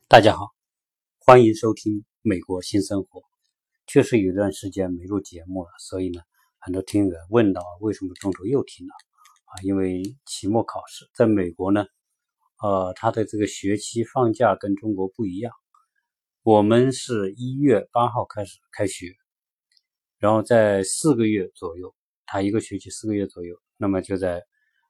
大家好，欢迎收听美国新生活。确实有一段时间没录节目了，所以呢，很多听友问到为什么中途又停了因为期末考试在美国呢，它的这个学期放假跟中国不一样。我们是1月8号开始开学，然后在4个月左右，它一个学期4个月左右，那么就在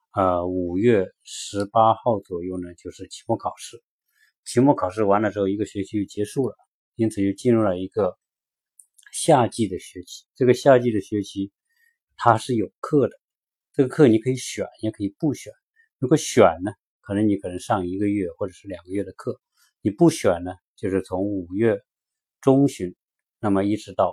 5月18号左右呢，就是期末考试。期末考试完了之后，一个学期就结束了，因此就进入了一个夏季的学期。这个夏季的学期它是有课的，这个课你可以选也可以不选。如果选呢，可能上1个月或者是2个月的课，你不选呢，就是从5月中旬那么一直到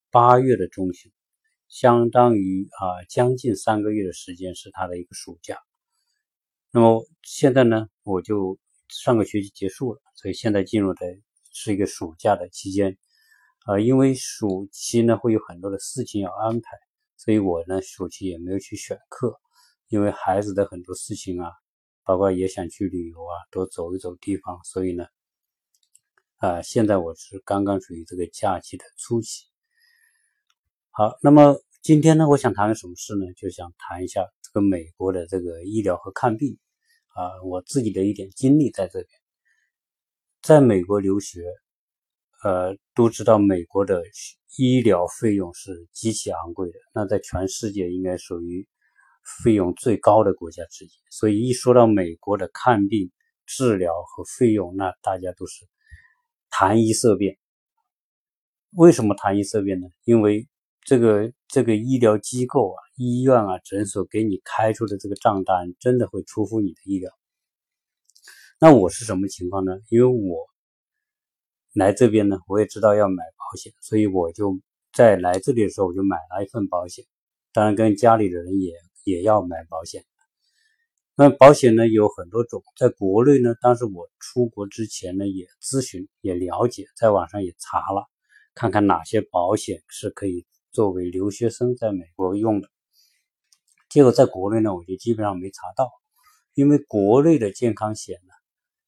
8月的中旬，相当于将近3个月的时间是它的一个暑假。那么现在呢，我就上个学期结束了，所以现在进入的是一个暑假的期间。因为暑期呢会有很多的事情要安排，所以我呢暑期也没有去选课，因为孩子的很多事情包括也想去旅游多走一走地方，所以呢现在我是刚刚处于这个假期的初期。好，那么今天呢我想谈什么事呢？就想谈一下这个美国的这个医疗和看病我自己的一点经历在这边。在美国留学都知道美国的医疗费用是极其昂贵的，那在全世界应该属于费用最高的国家之一，所以一说到美国的看病、治疗和费用，那大家都是谈一色变。为什么谈一色变呢？因为这个医疗机构医院诊所给你开出的这个账单真的会出乎你的意料。那我是什么情况呢？因为我来这边呢，我也知道要买保险，所以我就在来这里的时候我就买了一份保险，当然跟家里的人也要买保险。那保险呢有很多种，在国内呢，当时我出国之前呢也咨询也了解，在网上也查了，看看哪些保险是可以作为留学生在美国用的。结果在国内呢我就基本上没查到，因为国内的健康险呢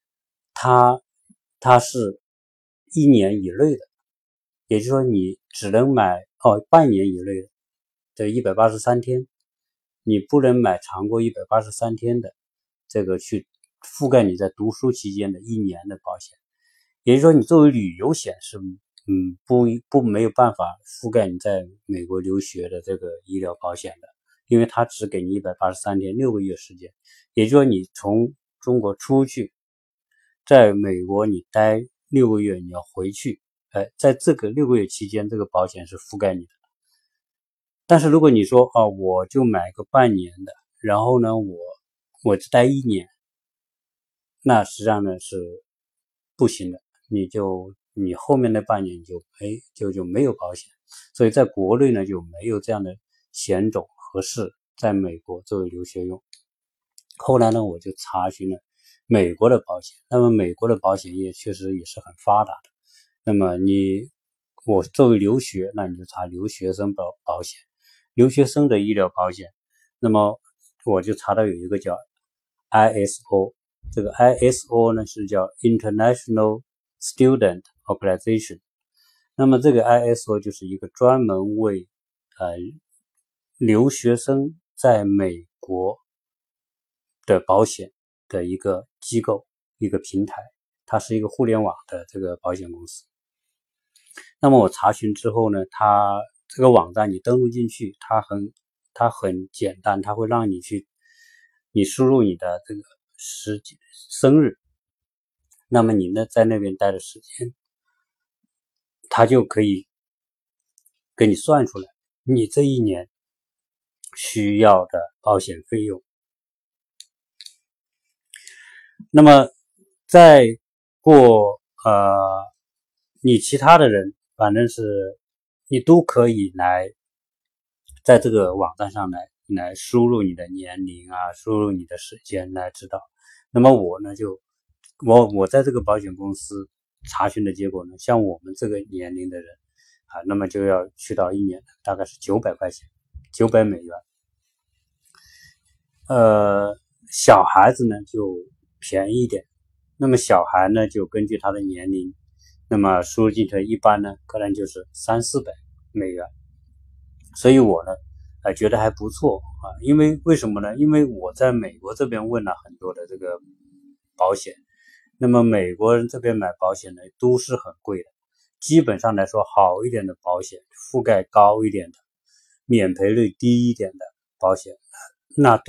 它是1年以内的，也就是说你只能买半年以内的183天，你不能买长过183天的这个去覆盖你在读书期间的1年的保险。也就是说你作为旅游险是没有办法覆盖你在美国留学的这个医疗保险的，因为它只给你183天6个月时间。也就是说你从中国出去，在美国你待6个月，你要回去在这个6个月期间，这个保险是覆盖你的。但是如果你说我就买个半年的，然后呢我只待1年，那实际上呢是不行的，你后面的半年就没有保险。所以在国内呢就没有这样的险种合适在美国作为留学用。后来呢我就查询了美国的保险，那么美国的保险业确实也是很发达的。那么我作为留学，那你就查留学生保险，留学生的医疗保险。那么我就查到有一个叫 ISO， 这个 ISO 呢是叫 International Student Organization。 那么这个 ISO 就是一个专门为留学生在美国的保险的一个机构，一个平台，它是一个互联网的这个保险公司。那么我查询之后呢，它这个网站你登录进去，它很简单，它会让你输入你的这个生日，那么你呢在那边待的时间，它就可以给你算出来你这1年需要的保险费用。那么再过你其他的人，反正是你都可以来在这个网站上来输入你的年龄输入你的时间来知道。那么我呢我在这个保险公司查询的结果呢，像我们这个年龄的人那么就要去到1年大概是900块钱，900美元。小孩子呢就便宜一点， 那么小孩呢就根据他的年龄，那么输入进去一般呢可能就是300-400美元。所以我呢觉得还不错啊，因为为什么呢？因为我在美国这边问了很多的这个保险，那么美国人这边买保险呢都是很贵的，基本上来说好一点的保险，覆盖高一点的，免赔率低一点的保险，那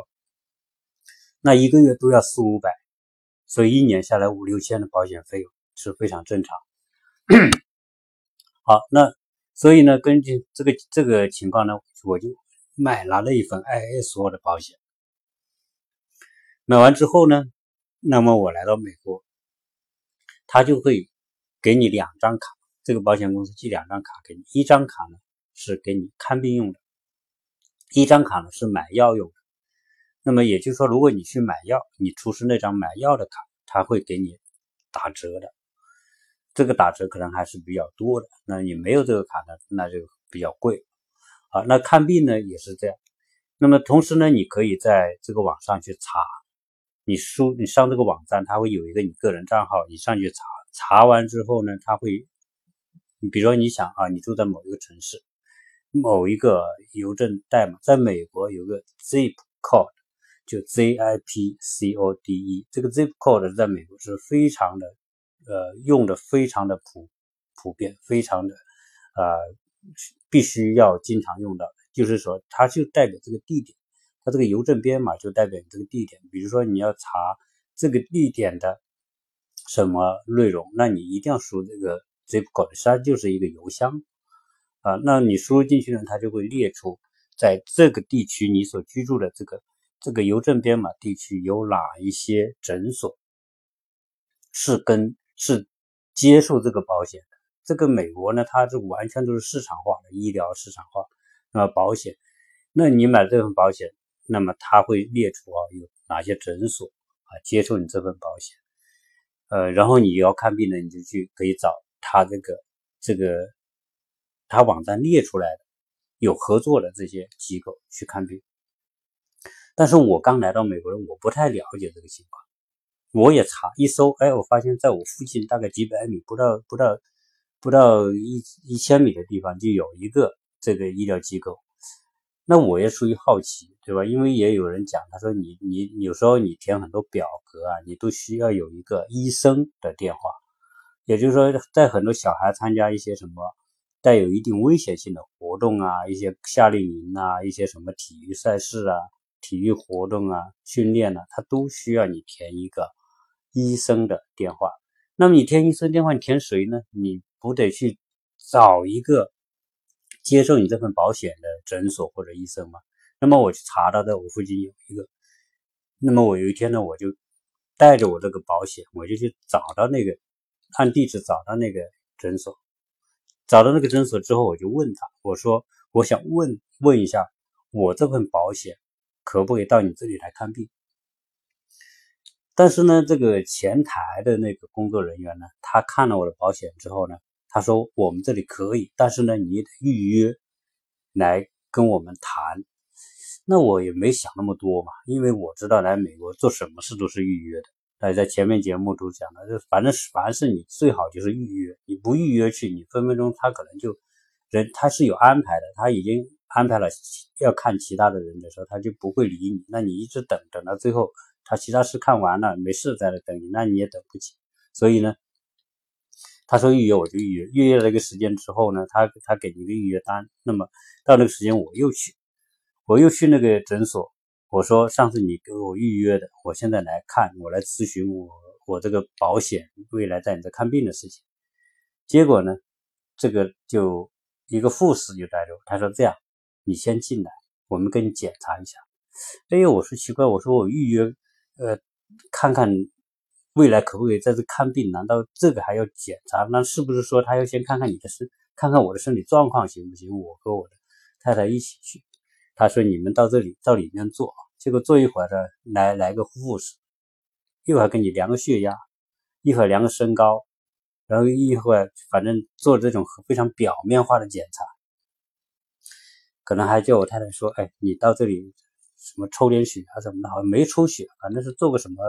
一个月都要400-500，所以一年下来5-6千的保险费用是非常正常。好，那所以呢，根据这个情况呢，我就拿了一份 ISO 的保险。买完之后呢，那么我来到美国，他就会给你2张卡，这个保险公司寄2张卡给你，一张卡呢是给你看病用的，一张卡呢是买药用的。那么也就是说，如果你去买药，你出示那张买药的卡，他会给你打折的。这个打折可能还是比较多的，那你没有这个卡呢，那就比较贵。好，那看病呢也是这样。那么同时呢，你可以在这个网上去查，你上这个网站，它会有一个你个人账号，你上去查完之后呢，它会，比如说你想啊，你住在某一个城市，某一个邮政代码，在美国有个 zip code， 就 ZIPCODE， 这个 zip code 在美国是非常的用的非常的普遍，非常的必须要经常用到的，就是说它就代表这个地点，它这个邮政编码就代表你这个地点。比如说你要查这个地点的什么内容，那你一定要输这个 zip code， 实际上就是一个邮箱那你输入进去呢，它就会列出在这个地区你所居住的这个邮政编码地区有哪一些诊所是接受这个保险的。这个美国呢，它这完全都是市场化的，医疗市场化。那么保险，那你买这份保险，那么它会列出有哪些诊所接受你这份保险。然后你要看病呢，你就可以找它它网站列出来的有合作的这些机构去看病。但是我刚来到美国，我不太了解这个情况，我也查一搜，我发现在我附近大概几百米，不到1000米的地方就有一个这个医疗机构。那我也出于好奇，对吧？因为也有人讲，他说你有时候你填很多表格你都需要有一个医生的电话，也就是说在很多小孩参加一些什么带有一定危险性的活动一些夏令营一些什么体育赛事体育活动训练它都需要你填一个医生的电话。那么你填医生电话，你填谁呢？你不得去找一个接受你这份保险的诊所或者医生吗？那么我去查到在我附近有一个，那么我有一天呢，我就带着我这个保险，我就去按地址找到那个诊所。找到那个诊所之后，我就问他，我说我想问一下，我这份保险可不可以到你这里来看病？但是呢，这个前台的那个工作人员呢，他看了我的保险之后呢，他说我们这里可以，但是呢，你也得预约来跟我们谈。那我也没想那么多嘛，因为我知道来美国做什么事都是预约的。在前面节目都讲了，凡是你最好就是预约，你不预约去，你分分钟他可能他是有安排的，他已经安排了要看其他的人的时候，他就不会理你。那你一直等到最后，他其他事看完了没事再来等你，那你也等不起。所以呢，他说预约我就预约了这个时间之后呢，他给你一个预约单。那么到那个时间我又去那个诊所，我说上次你给我预约的，我现在来看，我来咨询我这个保险未来在你这看病的事情。结果呢，这个就一个护士就带着我，他说这样，你先进来，我们给你检查一下。我说奇怪，我说我预约看看未来可不可以在这看病，难道这个还要检查？那是不是说他要先看看我的身体状况行不行？我和我的太太一起去。他说你们到里面坐，结果坐一会儿呢，来个护士，一会儿给你量个血压，一会儿量个身高，然后一会儿反正做这种非常表面化的检查，可能还叫我太太说，你到这里什么抽点血什么的，好像没抽血，反正是做个什么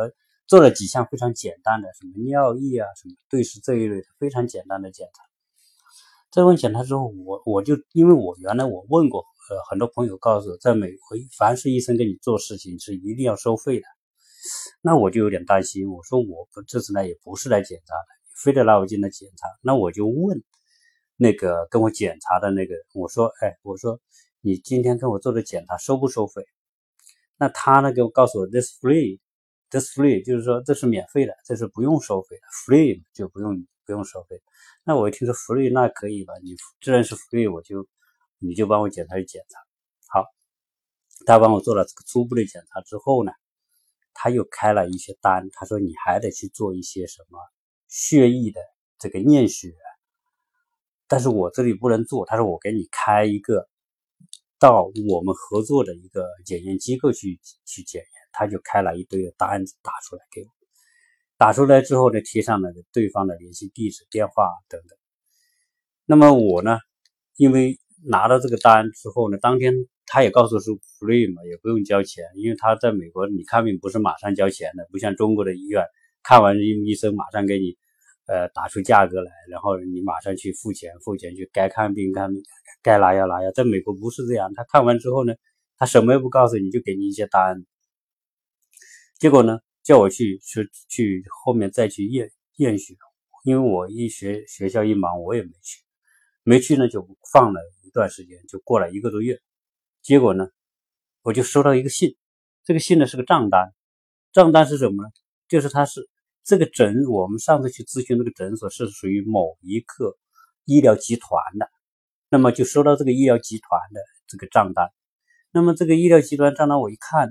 做了几项非常简单的，什么尿液啊，什么对视这一类的非常简单的检查。这份检查之后，我就因为原来我问过，很多朋友告诉我，在美国凡是医生给你做事情是一定要收费的。那我就有点担心，我说我这次呢也不是来检查的，非得拉我进来检查，那我就问那个跟我检查的那个，我说你今天跟我做的检查收不收费？那他呢给我告诉我 this free， 就是说这是免费的，这是不用收费的 ，free 就不用收费。那我一听说 free 那可以吧，你既然是 free， 你就帮我检查。好，他帮我做了这个初步的检查之后呢，他又开了一些单，他说你还得去做一些什么血液的这个验血，但是我这里不能做，他说我给你开一个到我们合作的一个检验机构去检验，他就开了一堆的单子打出来给我，打出来之后呢，贴上了对方的联系地址、电话等等。那么我呢，因为拿到这个单之后呢，当天他也告诉是 free 嘛，也不用交钱，因为他在美国你看病不是马上交钱的，不像中国的医院，看完医生马上给你打出价格来，然后你马上去付钱去该看病，该拿药，在美国不是这样，他看完之后呢，他什么也不告诉你，就给你一些单，结果呢叫我去后面再去验血，因为我学校一忙我也没去呢，就放了一段时间，就过了1个多月。结果呢，我就收到一个信，这个信呢是个账单。账单是什么呢？就是它是这个我们上次去咨询那个诊所是属于某一个医疗集团的，那么就收到这个医疗集团的这个账单。那么这个医疗集团账单我一看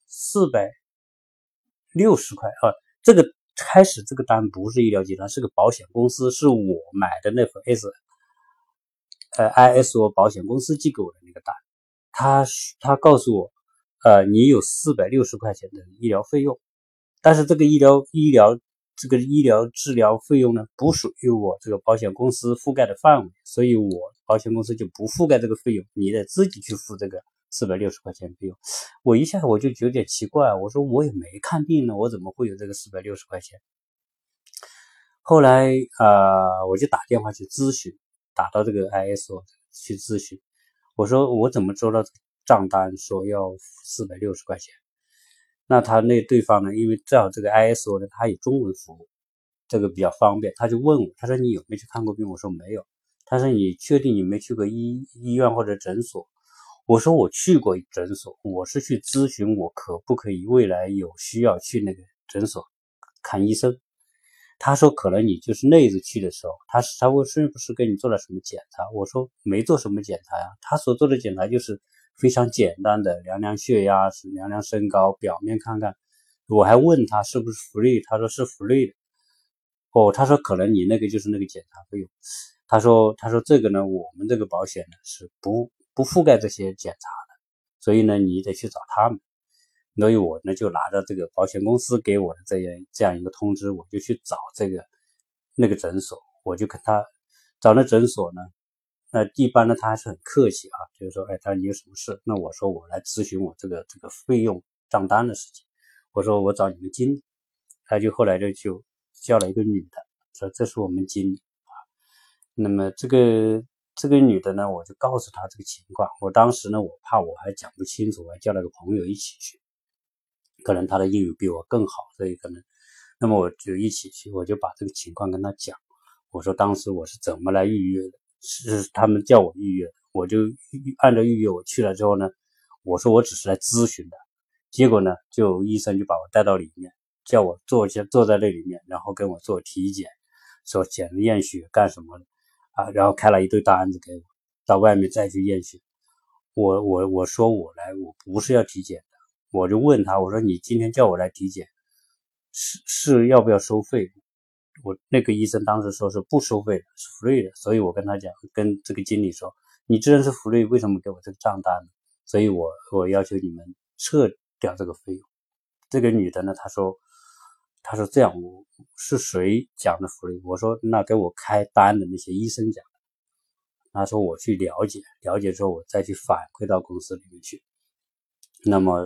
，460块啊，这个开始这个单不是医疗集团，是个保险公司，是我买的那份 ISO 保险公司寄给我的那个单，他告诉我，你有460块钱的医疗费用，但是这个医疗治疗费用呢，不属于我这个保险公司覆盖的范围，所以我保险公司就不覆盖这个费用，你得自己去付这个460块钱费用。我一下我就有点奇怪，我说我也没看病呢，我怎么会有这个460块钱？后来我就打电话去咨询，打到这个 ISO 去咨询，我说我怎么收到账单说要460块钱？那对方呢，因为正好这个 ISO 呢，它有中文服务，这个比较方便，他就问我，他说你有没有去看过病？我说没有。他说你确定你没去过医院或者诊所？我说我去过诊所，我是去咨询我可不可以未来有需要去那个诊所看医生。他说可能你就是那一次去的时候，他问是不是给你做了什么检查？我说没做什么检查呀，他所做的检查就是非常简单的量量血压、量量身高，表面看看。我还问他是不是free，他说是free的。他说可能你那个就是那个检查费用。他说这个呢，我们这个保险呢是不覆盖这些检查的，所以呢你得去找他们。所以我呢就拿着这个保险公司给我的这样一个通知，我就去找那个诊所，我就跟他找那诊所呢。那一般呢他还是很客气啊，就是说他说你有什么事？那我说我来咨询我这个费用账单的事情，我说我找你们经理，他就后来就叫了一个女的，说这是我们经理啊。那么这个女的呢，我就告诉她这个情况。我当时呢，我怕我还讲不清楚，我还叫了个朋友一起去，可能他的英语比我更好，所以可能，那么我就一起去，我就把这个情况跟他讲。我说当时我是怎么来预约的，是他们叫我预约的，我就按照预约我去了之后呢，我说我只是来咨询的，结果呢，就医生就把我带到里面，叫我坐在那里面，然后跟我做体检，说验血干什么的啊，然后开了一堆单子给我，到外面再去验血。我说我不是要体检的，我就问他，我说你今天叫我来体检，是要不要收费？我那个医生当时说是不收费的，是 free 的，所以我跟他讲，跟这个经理说，你既然是 free， 为什么给我这个账单呢？所以我要求你们撤掉这个费用。这个女的呢，她说这样，我是谁讲的 free？ 我说那给我开单的那些医生讲的。他说我去了解之后，我再去反馈到公司里面去。那么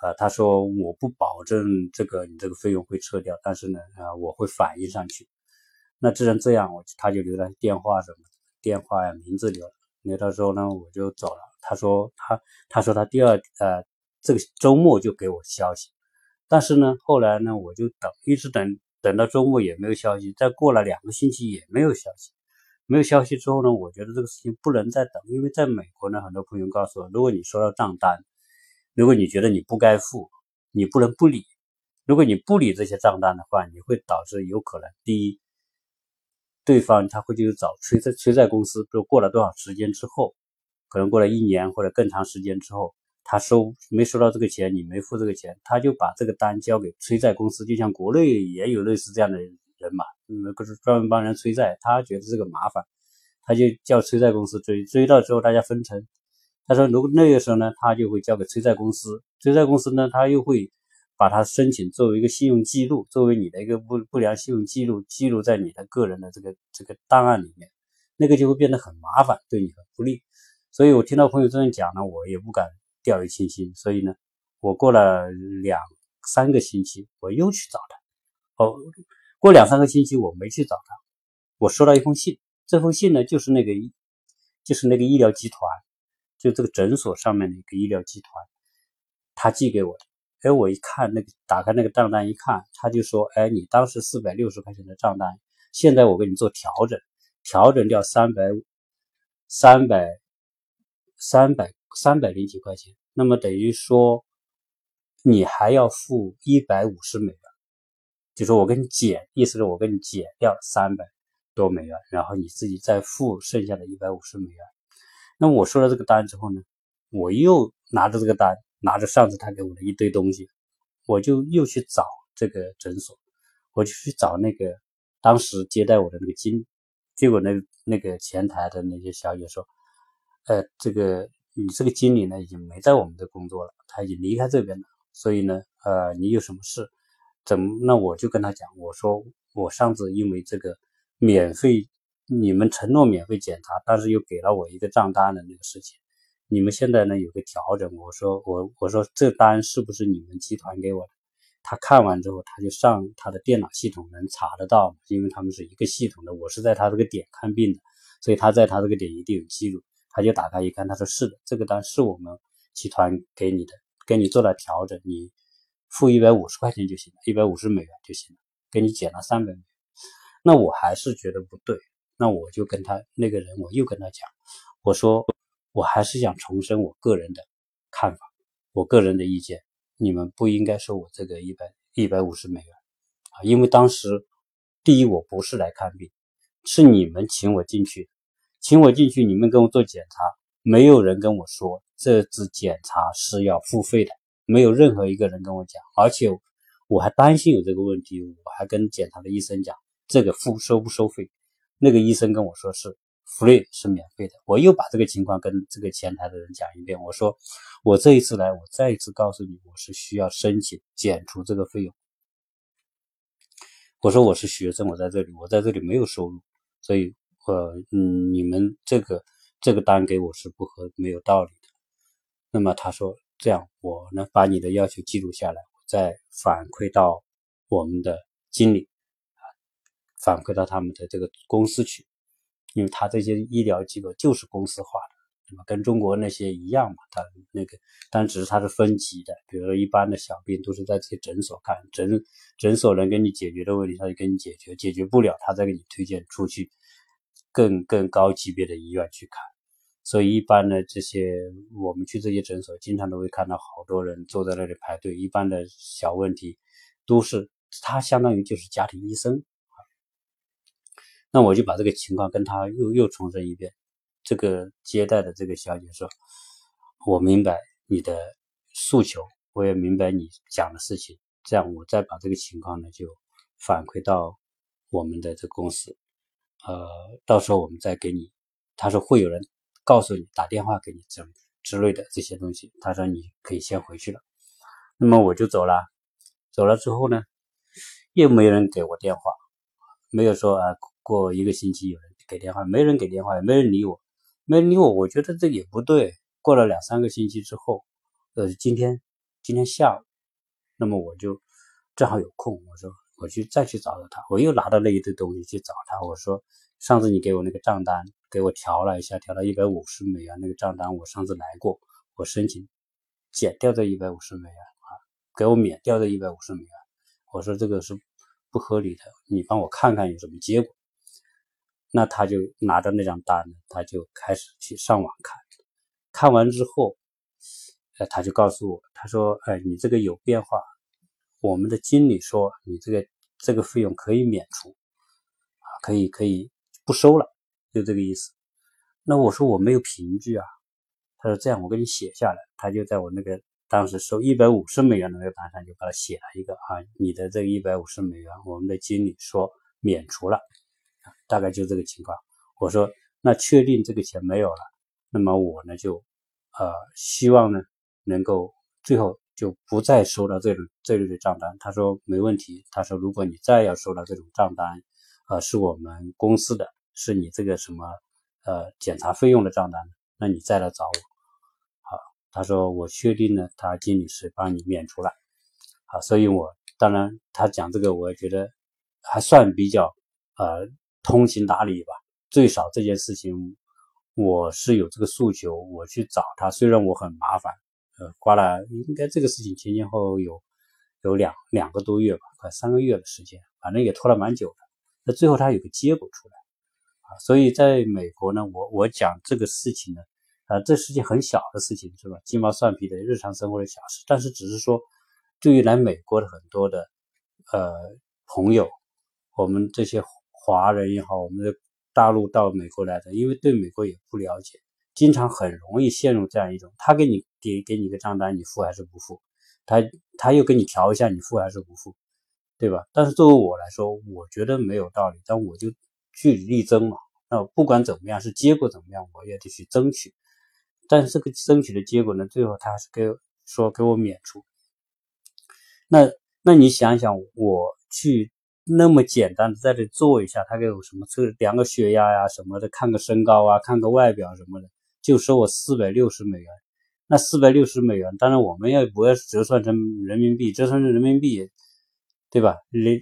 他说我不保证你这个费用会撤掉，但是呢我会反映上去。那既然这样，他就留了电话什么电话呀名字留到之后呢我就走了。他说他这个周末就给我消息，但是呢后来呢我就一直等到周末也没有消息，再过了2个星期也没有消息。没有消息之后呢，我觉得这个事情不能再等，因为在美国呢，很多朋友告诉我，如果你收到账单，如果你觉得你不该付，你不能不理。如果你不理这些账单的话，你会导致有可能，第一，对方他会去找催债公司，比如过了多少时间之后，可能过了1年或者更长时间之后，他没收到这个钱，你没付这个钱，他就把这个单交给催债公司，就像国内也有类似这样的人嘛，是专门帮人催债，他觉得这个麻烦，他就叫催债公司追到之后大家分成。他说如果那个时候呢，他就会交给催债公司，催债公司呢，他又会把它申请作为一个信用记录，作为你的一个不良信用记录在你的个人的这个档案里面，那个就会变得很麻烦，对你很不利。所以我听到朋友这样讲呢，我也不敢掉以轻心，所以呢，我过了2-3个星期，我又去找他。过2-3个星期我没去找他，我收到一封信，这封信呢就是那个医疗集团，就这个诊所上面的一个医疗集团，他寄给我的。我一看打开那个账单一看，他就说，你当时460块钱的账单，现在我给你做调整掉300零几块钱，那么等于说你还要付$150，就说我跟你减，意思是我跟你减掉$300多，然后你自己再付剩下的$150。那么我收到这个单之后呢，我又拿着这个单，拿着上次他给我的一堆东西，我就又去找这个诊所，我就去找那个当时接待我的那个经理，结果那个前台的那些小姐说，你这个经理呢已经没在我们这工作了，他已经离开这边了，所以呢你有什么事那我就跟他讲，我说我上次因为这个你们承诺免费检查，但是又给了我一个账单的那个事情，你们现在呢有个调整，我说这单是不是你们集团给我的？他看完之后，他就上他的电脑系统能查得到，因为他们是一个系统的，我是在他这个点看病的，所以他在他这个点一定有记录。他就打开一看，他说是的，这个单是我们集团给你的，给你做了调整，你付$150块钱就行了，$150就行了，给你减了$300。那我还是觉得不对，那我就跟我又跟他讲，我说我还是想重申我个人的看法，我个人的意见，你们不应该收我这个$150啊，因为当时第一我不是来看病，是你们请我进去，你们跟我做检查，没有人跟我说这次检查是要付费的，没有任何一个人跟我讲，而且我还担心有这个问题，我还跟检查的医生讲这个收不收费，那个医生跟我说是 free 是免费的。我又把这个情况跟这个前台的人讲一遍，我说我这一次来，我再一次告诉你，我是需要申请减除这个费用。我说我是学生，我在这里没有收入，所以你们这个单给我是没有道理的。那么他说这样，我呢把你的要求记录下来，我再反馈到我们的经理，反馈到他们的这个公司去，因为他这些医疗机构就是公司化的，跟中国那些一样嘛，他但只是它是分级的，比如说一般的小病都是在这些诊所看，诊所能给你解决的问题，他就给你解决不了，他再给你推荐出去更高级别的医院去看。所以一般的我们去这些诊所，经常都会看到好多人坐在那里排队，一般的小问题都是他相当于就是家庭医生。那我就把这个情况跟他又重申一遍。这个接待的这个小姐说，我明白你的诉求，我也明白你讲的事情，这样我再把这个情况呢就反馈到我们的这个公司，到时候我们再给你，他说会有人告诉你，打电话给你之类的这些东西，他说你可以先回去了。那么我就走了之后呢，又没人给我电话，没有说过1个星期有人给电话，没人给电话，也没人理我，我觉得这也不对。过了2-3个星期之后，今天今天下午，那么我就正好有空，我说我再去找找他，我又拿到那一堆东西去找他，我说上次你给我那个账单给我调了一下，调到$150那个账单，我上次来过，我申请减掉这$150给我免掉这$150，我说这个是不合理的，你帮我看看有什么结果。那他就拿着那张单，他就开始去上网看，看完之后他就告诉我，他说你这个有变化，我们的经理说你这个费用可以免除可以不收了，就这个意思。那我说我没有凭据啊，他说这样我给你写下来，他就在我那个当时收$150的那个单上就把它写了一个你的这个$150我们的经理说免除了，大概就这个情况。我说那确定这个钱没有了，那么我呢就希望呢能够最后就不再收到这类的账单。他说没问题，他说如果你再要收到这种账单是我们公司的，是你这个什么检查费用的账单，那你再来找我。他说我确定呢，他经理是帮你免除了。所以我当然他讲这个我也觉得还算比较通情达理吧，最少这件事情我是有这个诉求，我去找他，虽然我很麻烦，花了应该这个事情前后有两个多月吧，快3个月的时间，反正也拖了蛮久的。那最后他有个结果出来所以在美国呢，我讲这个事情呢，这是件很小的事情，是吧？鸡毛蒜皮的日常生活的小事，但是只是说，对于来美国的很多的朋友，我们这些华人也好，我们的大陆到美国来的，因为对美国也不了解，经常很容易陷入这样一种，他给你一个账单，你付还是不付？他又给你调一下，你付还是不付？对吧？但是作为我来说，我觉得没有道理，但我就据理力争嘛。那不管怎么样，是结果怎么样，我也得去争取。但是这个争取的结果呢，最后他还是给我免除。那你想想，我去那么简单的在这做一下，他给我什么量个血压呀什么的，看个身高啊，看个外表什么的，就收我$460。那$460，当然我们不要折算成人民币，折算成人民币，对吧？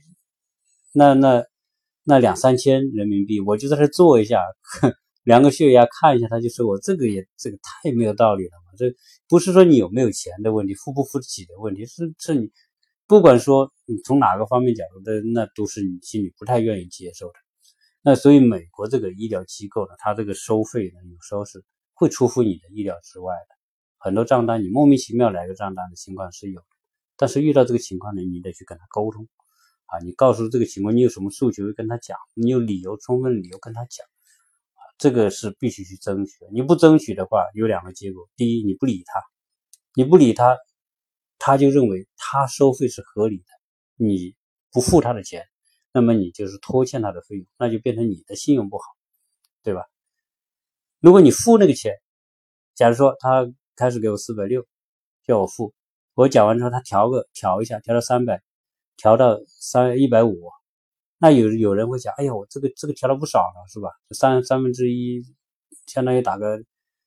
那2-3千人民币，我就在这做一下，量个血压看一下，他就说我这个太没有道理了嘛。这不是说你有没有钱的问题，付不付得起的问题，是你不管说你从哪个方面讲的，那都是你心里不太愿意接受的。那所以美国这个医疗机构呢，它这个收费呢，有时候是会出乎你的意料之外的。很多账单你莫名其妙来个账单的情况是有的，但是遇到这个情况呢，你得去跟他沟通你告诉这个情况，你有什么诉求跟他讲，你有充分理由跟他讲这个是必须去争取的。你不争取的话，有2个结果：第一，你不理他，他就认为他收费是合理的，你不付他的钱，那么你就是拖欠他的费用，那就变成你的信用不好，对吧？如果你付那个钱，假如说他开始给我460叫我付，我讲完之后他调一下，调到300，调到150，那有人会讲，哎呀，我这个调了不少了，是吧？1/3，相当于打个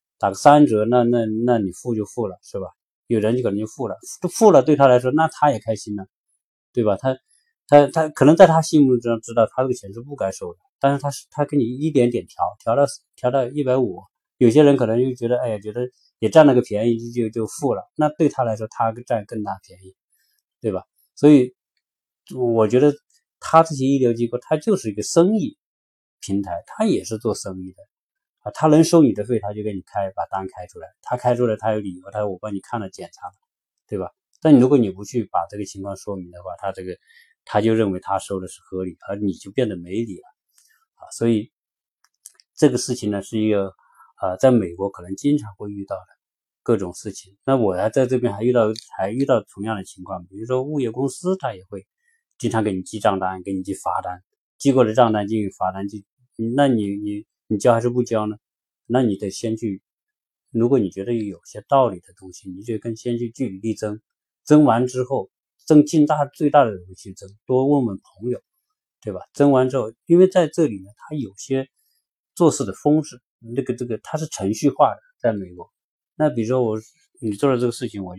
3折，那你付就付了，是吧？有人就可能就付了，对他来说，那他也开心了，对吧？他可能在他心目中知道他这个钱是不该收的，但是他给你一点点调到150，有些人可能就觉得，哎呀，觉得也占了个便宜，就付了，那对他来说，他占更大便宜，对吧？所以我觉得他这些医疗机构，他就是一个生意平台，他也是做生意的他能收你的费，他就给你把单开出来，他开出来他有理由，他说我帮你看了检查了，对吧？但如果你不去把这个情况说明的话，他就认为他收的是合理，而你就变得没理了所以这个事情呢是一个在美国可能经常会遇到的各种事情。那我在这边还遇到同样的情况，比如说物业公司他也会经常给你寄账单，给你寄罚单，寄过的账单进行罚单，那你交还是不交呢？那你得先去，如果你觉得有些道理的东西，你就先去据理力争，争完之后尽最大的努力去争，多问问朋友，对吧？争完之后，因为在这里呢，他有些做事的方式，它是程序化的，在美国。那比如说你做了这个事情，我就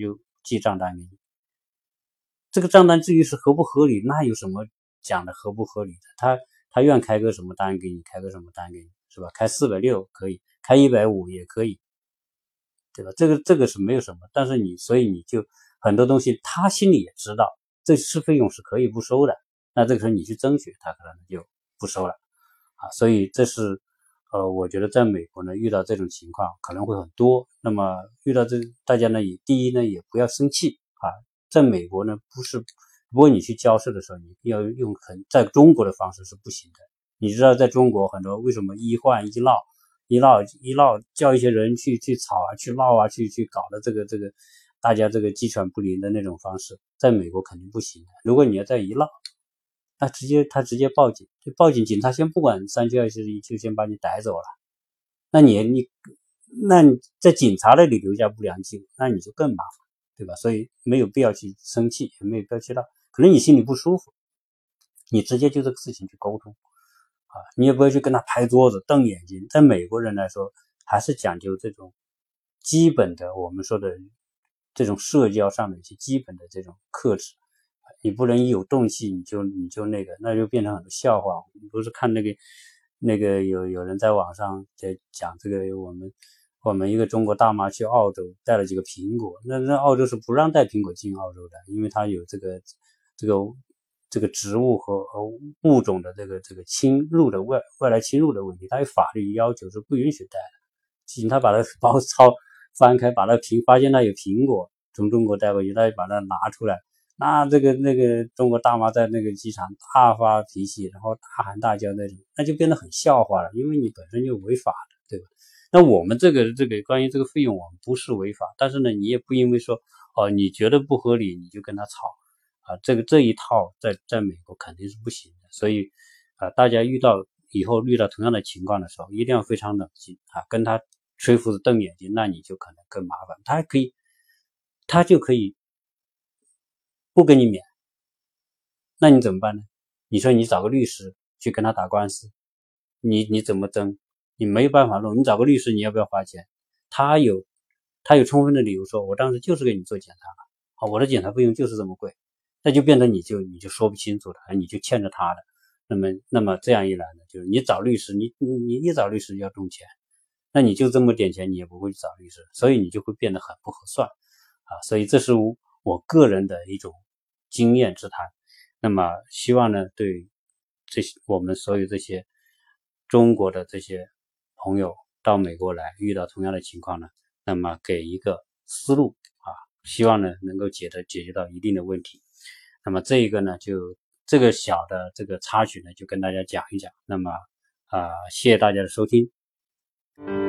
记账单给你。这个账单至于是合不合理，那有什么讲的合不合理的？他愿开个什么单给你，开个什么单给你，是吧？开460可以，开150也可以，对吧？这个是没有什么，但是所以你就很多东西他心里也知道，这是费用是可以不收的，那这个时候你去争取，他可能就不收了啊。所以这是我觉得在美国呢遇到这种情况可能会很多。那么遇到大家呢第一呢也不要生气啊，在美国呢如果你去交涉的时候，你要用在中国的方式是不行的。你知道在中国很多为什么一换一闹叫一些人去吵啊去闹啊去搞的这个大家这个鸡犬不宁的那种方式，在美国肯定不行的。如果你要再一闹，那他直接报警，就报警，警察先不管37241就先把你逮走了。那你在警察那里留下不良记录，那你就更麻烦，对吧？所以没有必要去生气，也没有必要去闹。可能你心里不舒服，你直接就这个事情去沟通啊，你也不会去跟他拍桌子瞪眼睛。在美国人来说，还是讲究这种基本的我们说的这种社交上的一些基本的这种克制。你不能一有动气你就那就变成很多笑话。你不是看那个有人在网上在讲这个我们一个中国大妈去澳洲带了几个苹果，那澳洲是不让带苹果进澳洲的，因为它有这个植物和物种的这个侵入的外来侵入的问题，它有法律要求是不允许带的。警察把它包抄翻开，把它发现它有苹果从中国带回去，他就把它拿出来。那那个中国大妈在那个机场大发脾气，然后大喊大叫那种，那就变得很笑话了，因为你本身就违法的，对吧？那我们这个关于这个费用，我们不是违法，但是呢，你也不因为说你觉得不合理，你就跟他吵啊，这一套在美国肯定是不行的。所以大家以后遇到同样的情况的时候，一定要非常冷静啊，跟他吹胡子瞪眼睛，那你就可能更麻烦。他就可以不给你免，那你怎么办呢？你说你找个律师去跟他打官司，你怎么争？你没有办法弄。你找个律师，你要不要花钱？他有充分的理由说，我当时就是给你做检查了，我的检查费用就是这么贵，那就变成你就说不清楚了，你就欠着他的。那么这样一来呢，就是你找律师，你一找律师要动钱，那你就这么点钱，你也不会去找律师，所以你就会变得很不合算啊。所以这是我个人的一种经验之谈。那么希望呢，对我们所有这些中国的这些朋友到美国来遇到同样的情况呢，那么给一个思路啊，希望呢能够解决到一定的问题。那么这一个呢，就这个小的这个插曲呢，就跟大家讲一讲。那么谢谢大家的收听。